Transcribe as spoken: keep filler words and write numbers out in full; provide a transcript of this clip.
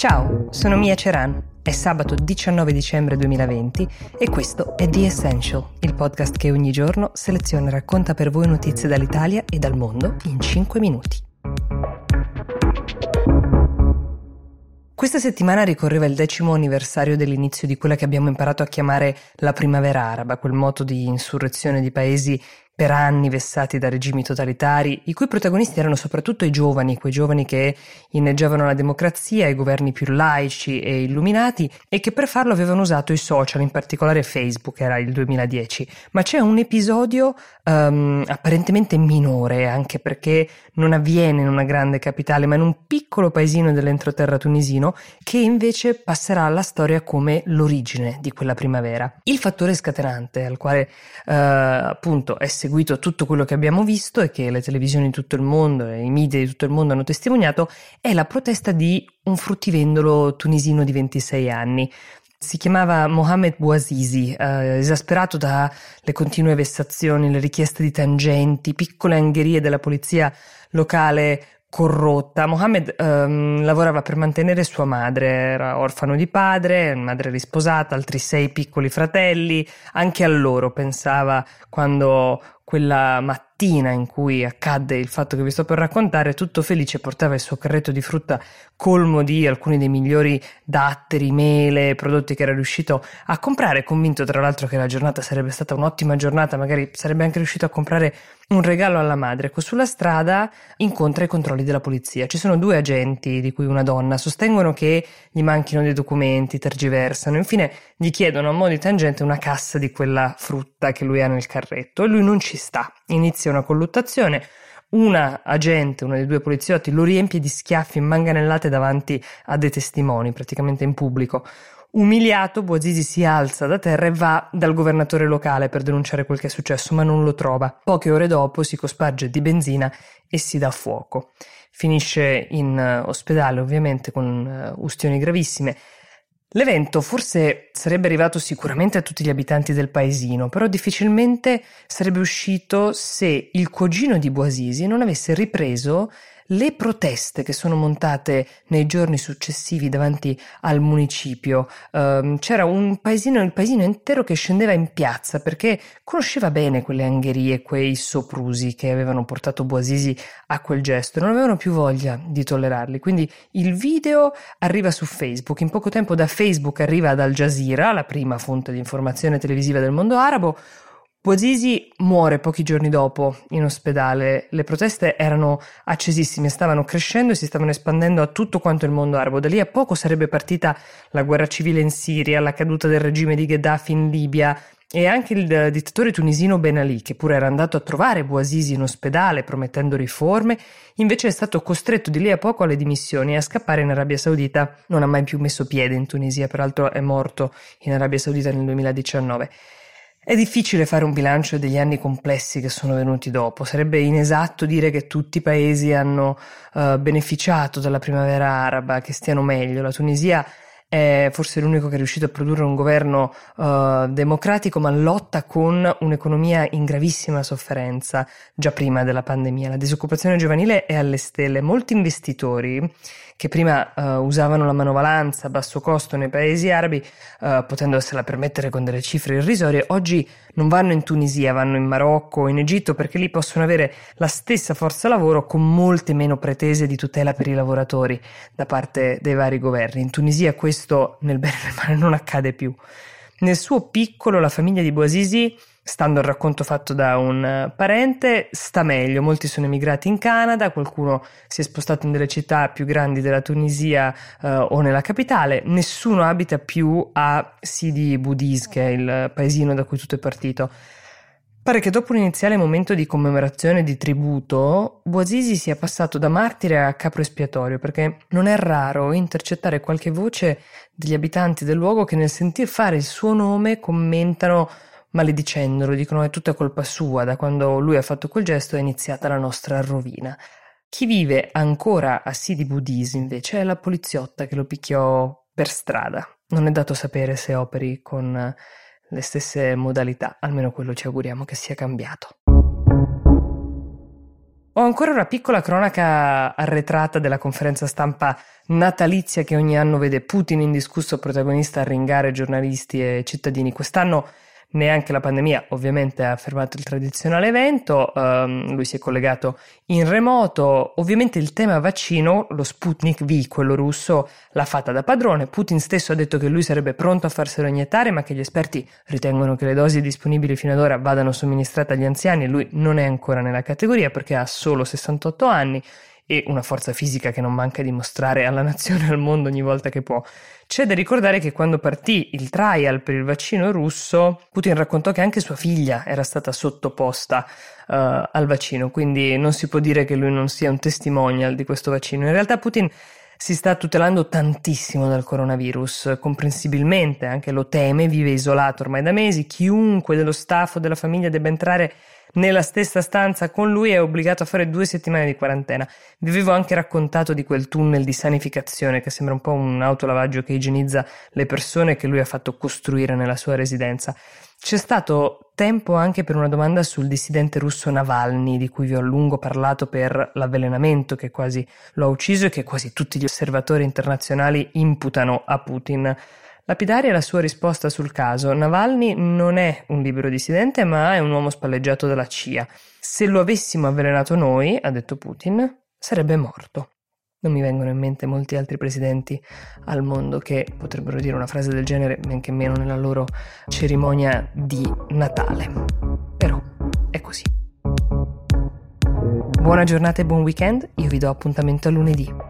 Ciao, sono Mia Ceran. È sabato diciannove dicembre duemilaventi e questo è The Essential, il podcast che ogni giorno seleziona e racconta per voi notizie dall'Italia e dal mondo in cinque minuti. Questa settimana ricorreva il decimo anniversario dell'inizio di quella che abbiamo imparato a chiamare la primavera araba, quel moto di insurrezione di paesi per anni vessati da regimi totalitari, i cui protagonisti erano soprattutto i giovani, quei giovani che inneggiavano alla democrazia, ai governi più laici e illuminati e che per farlo avevano usato i social, in particolare Facebook, era il duemiladieci. Ma c'è un episodio um, apparentemente minore, anche perché non avviene in una grande capitale, ma in un piccolo paesino dell'entroterra tunisino, che invece passerà alla storia come l'origine di quella primavera. Il fattore scatenante al quale uh, appunto è seguito tutto quello che abbiamo visto e che le televisioni di tutto il mondo e i media di tutto il mondo hanno testimoniato è la protesta di un fruttivendolo tunisino di ventisei anni. Si chiamava Mohamed Bouazizi, eh, esasperato dalle continue vessazioni, le richieste di tangenti, piccole angherie della polizia locale corrotta. Mohamed ehm, lavorava per mantenere sua madre, era orfano di padre, madre risposata, altri sei piccoli fratelli. Anche a loro pensava quando quella mattina in cui accadde il fatto che vi sto per raccontare, tutto felice portava il suo carretto di frutta colmo di alcuni dei migliori datteri, mele, prodotti che era riuscito a comprare, convinto tra l'altro che la giornata sarebbe stata un'ottima giornata, magari sarebbe anche riuscito a comprare un regalo alla madre. Ecco, sulla strada incontra i controlli della polizia. Ci sono due agenti, di cui una donna, sostengono che gli manchino dei documenti, tergiversano, infine gli chiedono a mo' di tangente una cassa di quella frutta che lui ha nel carretto e lui non ci sta. Inizia una colluttazione. Una agente, uno dei due poliziotti, lo riempie di schiaffi e manganellate davanti a dei testimoni, praticamente in pubblico. Umiliato, Bouazizi si alza da terra e va dal governatore locale per denunciare quel che è successo, ma non lo trova. Poche ore dopo si cosparge di benzina e si dà fuoco. Finisce in uh, ospedale, ovviamente, con uh, ustioni gravissime. L'evento forse sarebbe arrivato sicuramente a tutti gli abitanti del paesino, però difficilmente sarebbe uscito se il cugino di Bouazizi non avesse ripreso le proteste che sono montate nei giorni successivi davanti al municipio. Um, c'era un paesino, il paesino intero che scendeva in piazza perché conosceva bene quelle angherie, quei soprusi che avevano portato Bouazizi a quel gesto, non avevano più voglia di tollerarli. Quindi il video arriva su Facebook, in poco tempo da Facebook arriva ad Al Jazeera, la prima fonte di informazione televisiva del mondo arabo. Bouazizi muore pochi giorni dopo in ospedale. Le proteste erano accesissime, stavano crescendo e si stavano espandendo a tutto quanto il mondo arabo. Da lì a poco sarebbe partita la guerra civile in Siria, la caduta del regime di Gheddafi in Libia e anche il dittatore tunisino Ben Ali, che pure era andato a trovare Bouazizi in ospedale promettendo riforme, invece è stato costretto di lì a poco alle dimissioni e a scappare in Arabia Saudita. Non ha mai più messo piede in Tunisia, peraltro è morto in Arabia Saudita nel duemiladiciannove. È difficile fare un bilancio degli anni complessi che sono venuti dopo. Sarebbe inesatto dire che tutti i paesi hanno uh, beneficiato dalla primavera araba, che stiano meglio. La Tunisia è forse l'unico che è riuscito a produrre un governo uh, democratico, ma lotta con un'economia in gravissima sofferenza già prima della pandemia. La disoccupazione giovanile è alle stelle. Molti investitori che prima uh, usavano la manovalanza a basso costo nei paesi arabi, uh, potendosela permettere con delle cifre irrisorie, oggi non vanno in Tunisia, vanno in Marocco o in Egitto perché lì possono avere la stessa forza lavoro con molte meno pretese di tutela per i lavoratori da parte dei vari governi. In Tunisia questo, nel bene e nel male, non accade più. Nel suo piccolo la famiglia di Bouazizi, stando al racconto fatto da un parente, sta meglio. Molti sono emigrati in Canada, qualcuno si è spostato in delle città più grandi della Tunisia eh, o nella capitale. Nessuno abita più a Sidi Bouzid, che è il paesino da cui tutto è partito. Pare che dopo un iniziale momento di commemorazione e di tributo, Bouazizi sia passato da martire a capro espiatorio, perché non è raro intercettare qualche voce degli abitanti del luogo che nel sentir fare il suo nome commentano maledicendolo, dicono è tutta colpa sua, da quando lui ha fatto quel gesto è iniziata la nostra rovina. Chi vive ancora a Sidi Bouzid invece è la poliziotta che lo picchiò per strada. Non è dato sapere se operi con le stesse modalità, almeno quello ci auguriamo che sia cambiato. Ho ancora una piccola cronaca arretrata della conferenza stampa natalizia che ogni anno vede Putin indiscusso protagonista a ringare giornalisti e cittadini. Quest'anno neanche la pandemia ovviamente ha fermato il tradizionale evento, um, lui si è collegato in remoto. Ovviamente il tema vaccino, lo Sputnik V, quello russo, l'ha fatta da padrone. Putin stesso ha detto che lui sarebbe pronto a farselo iniettare, ma che gli esperti ritengono che le dosi disponibili fino ad ora vadano somministrate agli anziani. Lui non è ancora nella categoria perché ha solo sessantotto anni e una forza fisica che non manca di mostrare alla nazione e al mondo ogni volta che può. C'è da ricordare che quando partì il trial per il vaccino russo, Putin raccontò che anche sua figlia era stata sottoposta uh, al vaccino, quindi non si può dire che lui non sia un testimonial di questo vaccino. In realtà Putin si sta tutelando tantissimo dal coronavirus, comprensibilmente, anche lo teme, vive isolato ormai da mesi, chiunque dello staff o della famiglia debba entrare nella stessa stanza con lui è obbligato a fare due settimane di quarantena. Vi avevo anche raccontato di quel tunnel di sanificazione che sembra un po' un autolavaggio che igienizza le persone che lui ha fatto costruire nella sua residenza. C'è stato tempo anche per una domanda sul dissidente russo Navalny, di cui vi ho a lungo parlato per l'avvelenamento che quasi lo ha ucciso e che quasi tutti gli osservatori internazionali imputano a Putin. Lapidaria la sua risposta sul caso: Navalny non è un libero dissidente, ma è un uomo spalleggiato dalla C I A. Se lo avessimo avvelenato noi, ha detto Putin, sarebbe morto. Non mi vengono in mente molti altri presidenti al mondo che potrebbero dire una frase del genere, men che meno nella loro cerimonia di Natale. Però è così. Buona giornata e buon weekend, io vi do appuntamento a lunedì.